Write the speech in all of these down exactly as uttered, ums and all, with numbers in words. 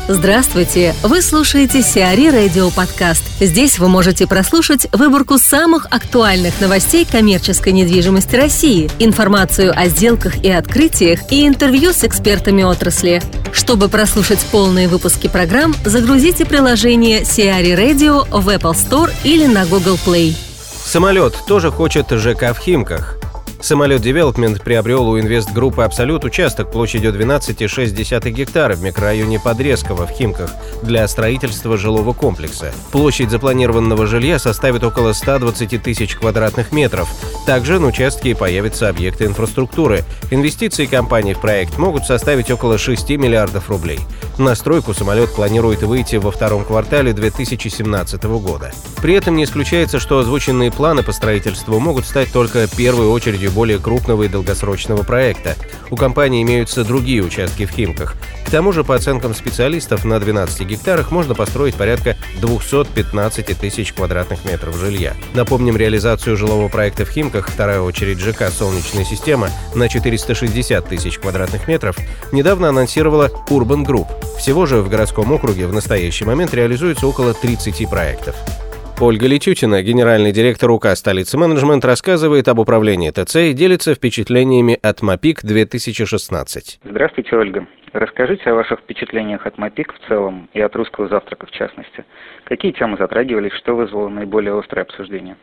Здравствуйте! Вы слушаете Сиари Радио Подкаст. Здесь вы можете прослушать выборку самых актуальных новостей коммерческой недвижимости России, информацию о сделках и открытиях и интервью с экспертами отрасли. Чтобы прослушать полные выпуски программ, загрузите приложение Сиари Radio в Apple Store или на Google Play. Самолет тоже хочет ЖК в Химках. Самолет Девелопмент приобрел у инвестгруппы «Абсолют» участок площадью двенадцать целых шесть десятых гектара в микрорайоне Подрезково в Химках для строительства жилого комплекса. Площадь запланированного жилья составит около ста двадцати тысяч квадратных метров. Также на участке появятся объекты инфраструктуры. Инвестиции компании в проект могут составить около шести миллиардов рублей. На стройку самолет планирует выйти во втором квартале две тысячи семнадцатого года. При этом не исключается, что озвученные планы по строительству могут стать только первой очередью более крупного и долгосрочного проекта. У компании имеются другие участки в Химках. К тому же, по оценкам специалистов, на двенадцати гектарах можно построить порядка двухсот пятнадцати тысяч квадратных метров жилья. Напомним, реализацию жилого проекта в Химках, вторая очередь ЖК «Солнечная система» на четыреста шестьдесят тысяч квадратных метров, недавно анонсировала Urban Group. Всего же в городском округе в настоящий момент реализуется около тридцати проектов. Ольга Летютина, генеральный директор УК «Столица Менеджмент», рассказывает об управлении ТЦ и делится впечатлениями от МАПИК две тысячи шестнадцать. Здравствуйте, Ольга. Расскажите о ваших впечатлениях от МАПИК в целом и от русского завтрака в частности. Какие темы затрагивались, что вызвало наиболее острое обсуждение?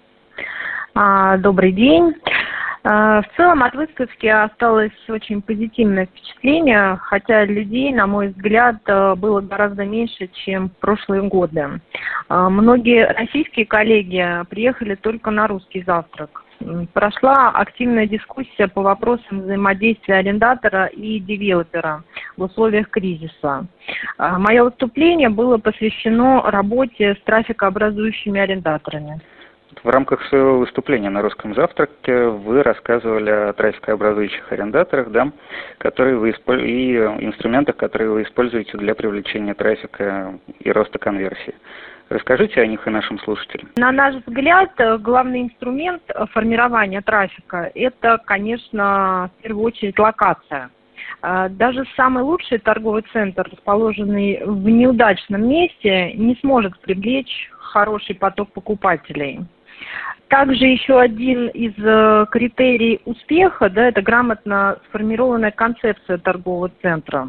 А, добрый день. В целом от выставки осталось очень позитивное впечатление, хотя людей, на мой взгляд, было гораздо меньше, чем в прошлые годы. Многие российские коллеги приехали только на русский завтрак. Прошла активная дискуссия по вопросам взаимодействия арендатора и девелопера в условиях кризиса. Мое выступление было посвящено работе с трафикообразующими арендаторами. В рамках своего выступления на русском завтраке вы рассказывали о трафикообразующих арендаторах, да, которые вы использ... и инструментах, которые вы используете для привлечения трафика и роста конверсии. Расскажите о них и нашим слушателям. На наш взгляд, главный инструмент формирования трафика – это, конечно, в первую очередь локация. Даже самый лучший торговый центр, расположенный в неудачном месте, не сможет привлечь хороший поток покупателей. Также еще один из критерий успеха, да, это грамотно сформированная концепция торгового центра.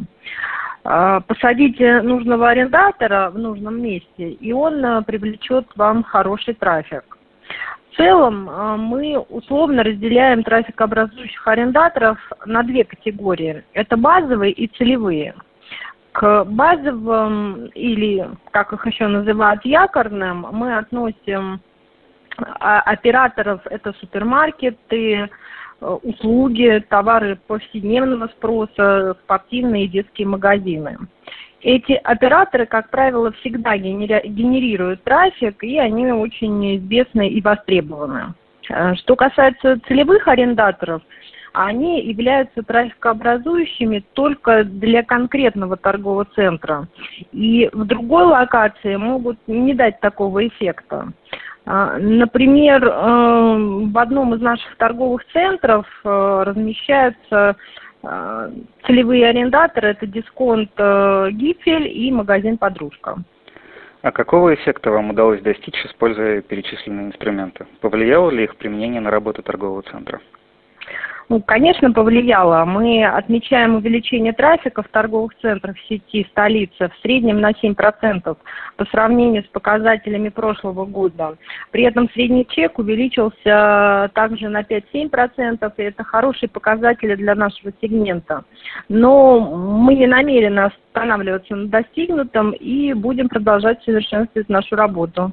Посадите нужного арендатора в нужном месте, и он привлечет вам хороший трафик. В целом мы условно разделяем трафикообразующих арендаторов на две категории. Это базовые и целевые. К базовым, или, как их еще называют, якорным, мы относим операторов, это супермаркеты, услуги, товары повседневного спроса, спортивные и детские магазины. Эти операторы, как правило, всегда генерируют трафик, и они очень известны и востребованы. Что касается целевых арендаторов, они являются трафикообразующими только для конкретного торгового центра. И в другой локации могут не дать такого эффекта. Например, в одном из наших торговых центров размещаются целевые арендаторы, это дисконт «Гипфель» и магазин «Подружка». А какого эффекта вам удалось достичь, используя перечисленные инструменты? Повлияло ли их применение на работу торгового центра? Ну, конечно, повлияло. Мы отмечаем увеличение трафика в торговых центрах сети столицы в среднем на семь процентов по сравнению с показателями прошлого года. При этом средний чек увеличился также на пять-семь процентов, и это хорошие показатели для нашего сегмента. Но мы не намерены останавливаться на достигнутом и будем продолжать совершенствовать нашу работу.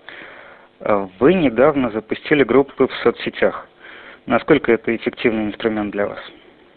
Вы недавно запустили группы в соцсетях. Насколько это эффективный инструмент для вас?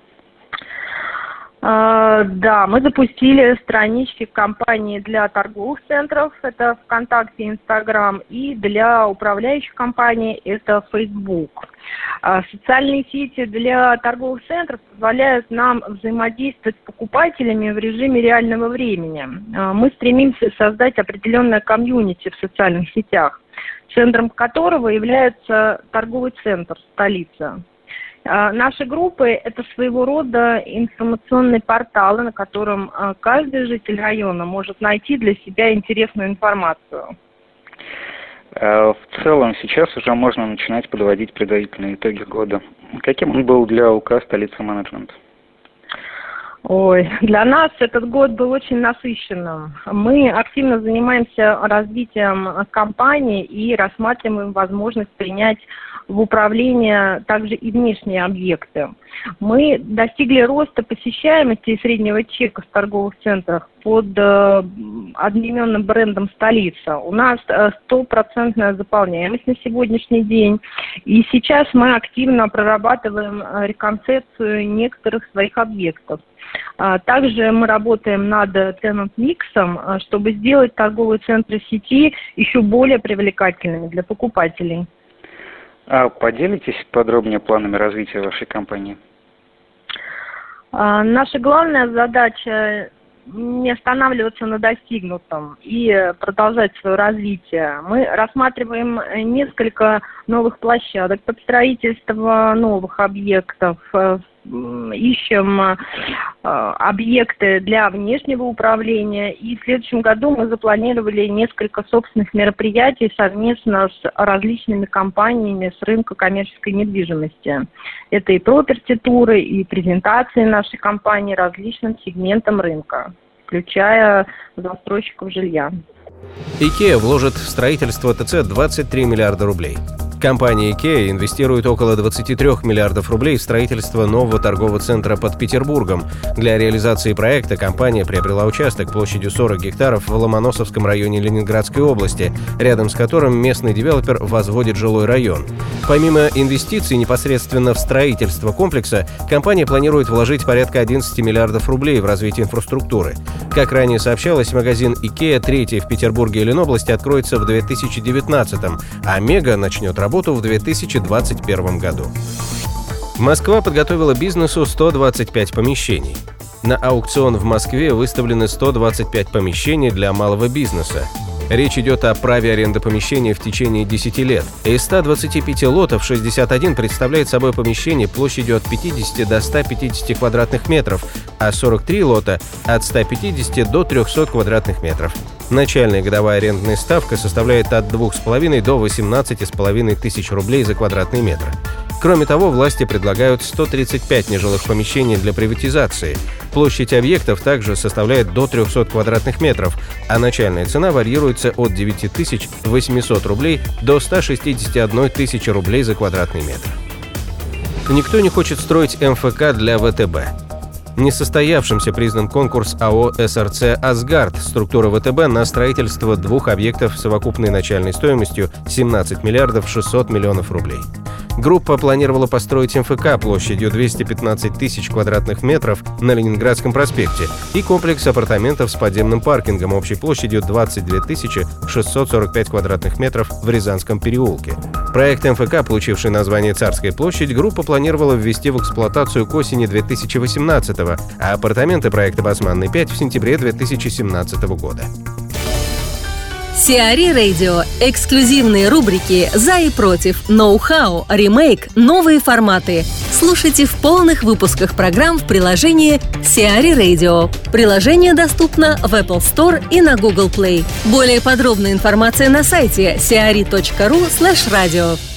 Uh, да, мы запустили странички компании для торговых центров, это ВКонтакте, Инстаграм, и для управляющих компаний, это Фейсбук. Uh, социальные сети для торговых центров позволяют нам взаимодействовать с покупателями в режиме реального времени. Uh, мы стремимся создать определенное комьюнити в социальных сетях, центром которого является торговый центр столицы. Наши группы – это своего рода информационные порталы, на котором каждый житель района может найти для себя интересную информацию. В целом, сейчас уже можно начинать подводить предварительные итоги года. Каким он был для УК «Столица менеджмента»? Ой, для нас этот год был очень насыщенным. Мы активно занимаемся развитием компании и рассматриваем возможность принять в управление также и внешние объекты. Мы достигли роста посещаемости и среднего чека в торговых центрах под э, одноименным брендом «Столица». У нас стопроцентная заполняемость на сегодняшний день. И сейчас мы активно прорабатываем реконцепцию некоторых своих объектов. Также мы работаем над тенант-миксом, чтобы сделать торговые центры сети еще более привлекательными для покупателей. А поделитесь подробнее планами развития вашей компании? Наша главная задача – не останавливаться на достигнутом и продолжать свое развитие. Мы рассматриваем несколько новых площадок под строительство новых объектов, ищем э, объекты для внешнего управления, и в следующем году мы запланировали несколько собственных мероприятий совместно с различными компаниями с рынка коммерческой недвижимости. Это и проперти-туры, и презентации нашей компании различным сегментам рынка, включая застройщиков жилья. IKEA вложит в строительство ТЦ двадцать три миллиарда рублей. Компания IKEA инвестирует около двадцать три миллиардов рублей в строительство нового торгового центра под Петербургом. Для реализации проекта компания приобрела участок площадью сорок гектаров в Ломоносовском районе Ленинградской области, рядом с которым местный девелопер возводит жилой район. Помимо инвестиций непосредственно в строительство комплекса, компания планирует вложить порядка одиннадцать миллиардов рублей в развитие инфраструктуры. Как ранее сообщалось, магазин IKEA, третий в Петербурге и Ленобласти, откроется в две тысячи девятнадцатом, а Мега начнет работать работу в две тысячи двадцать первом году. Москва подготовила бизнесу сто двадцать пять помещений. На аукцион в Москве выставлены сто двадцать пять помещений для малого бизнеса. Речь идет о праве аренды помещения в течение десяти лет. Из ста двадцати пяти лотов шестьдесят один представляет собой помещение площадью от пятидесяти до ста пятидесяти квадратных метров, а сорок три лота от ста пятидесяти до трехсот квадратных метров. Начальная годовая арендная ставка составляет от двух с половиной до восемнадцати с половиной тысяч рублей за квадратный метр. Кроме того, власти предлагают сто тридцать пять нежилых помещений для приватизации. Площадь объектов также составляет до трехсот квадратных метров, а начальная цена варьируется от девяти тысяч восьмисот рублей до ста шестидесяти одной тысячи рублей за квадратный метр. Никто не хочет строить эм эф ка для вэ тэ бэ. Несостоявшимся признан конкурс АО СРЦ «Асгард» структура вэ тэ бэ на строительство двух объектов с совокупной начальной стоимостью семнадцать миллиардов шестьсот миллионов рублей. Группа планировала построить эм эф ка площадью двести пятнадцать тысяч квадратных метров на Ленинградском проспекте и комплекс апартаментов с подземным паркингом общей площадью двадцать две тысячи шестьсот сорок пять квадратных метров в Рязанском переулке. Проект эм эф ка, получивший название «Царская площадь», группа планировала ввести в эксплуатацию к осени две тысячи восемнадцатого, а апартаменты проекта «Басманный пять» в сентябре две тысячи семнадцатого года. Сиари Radio. Эксклюзивные рубрики «За и против», «Ноу-хау», «Ремейк», «Новые форматы». Слушайте в полных выпусках программ в приложении Сиари Radio. Приложение доступно в Apple Store и на Google Play. Более подробная информация на сайте сиари точка ру слэш радио.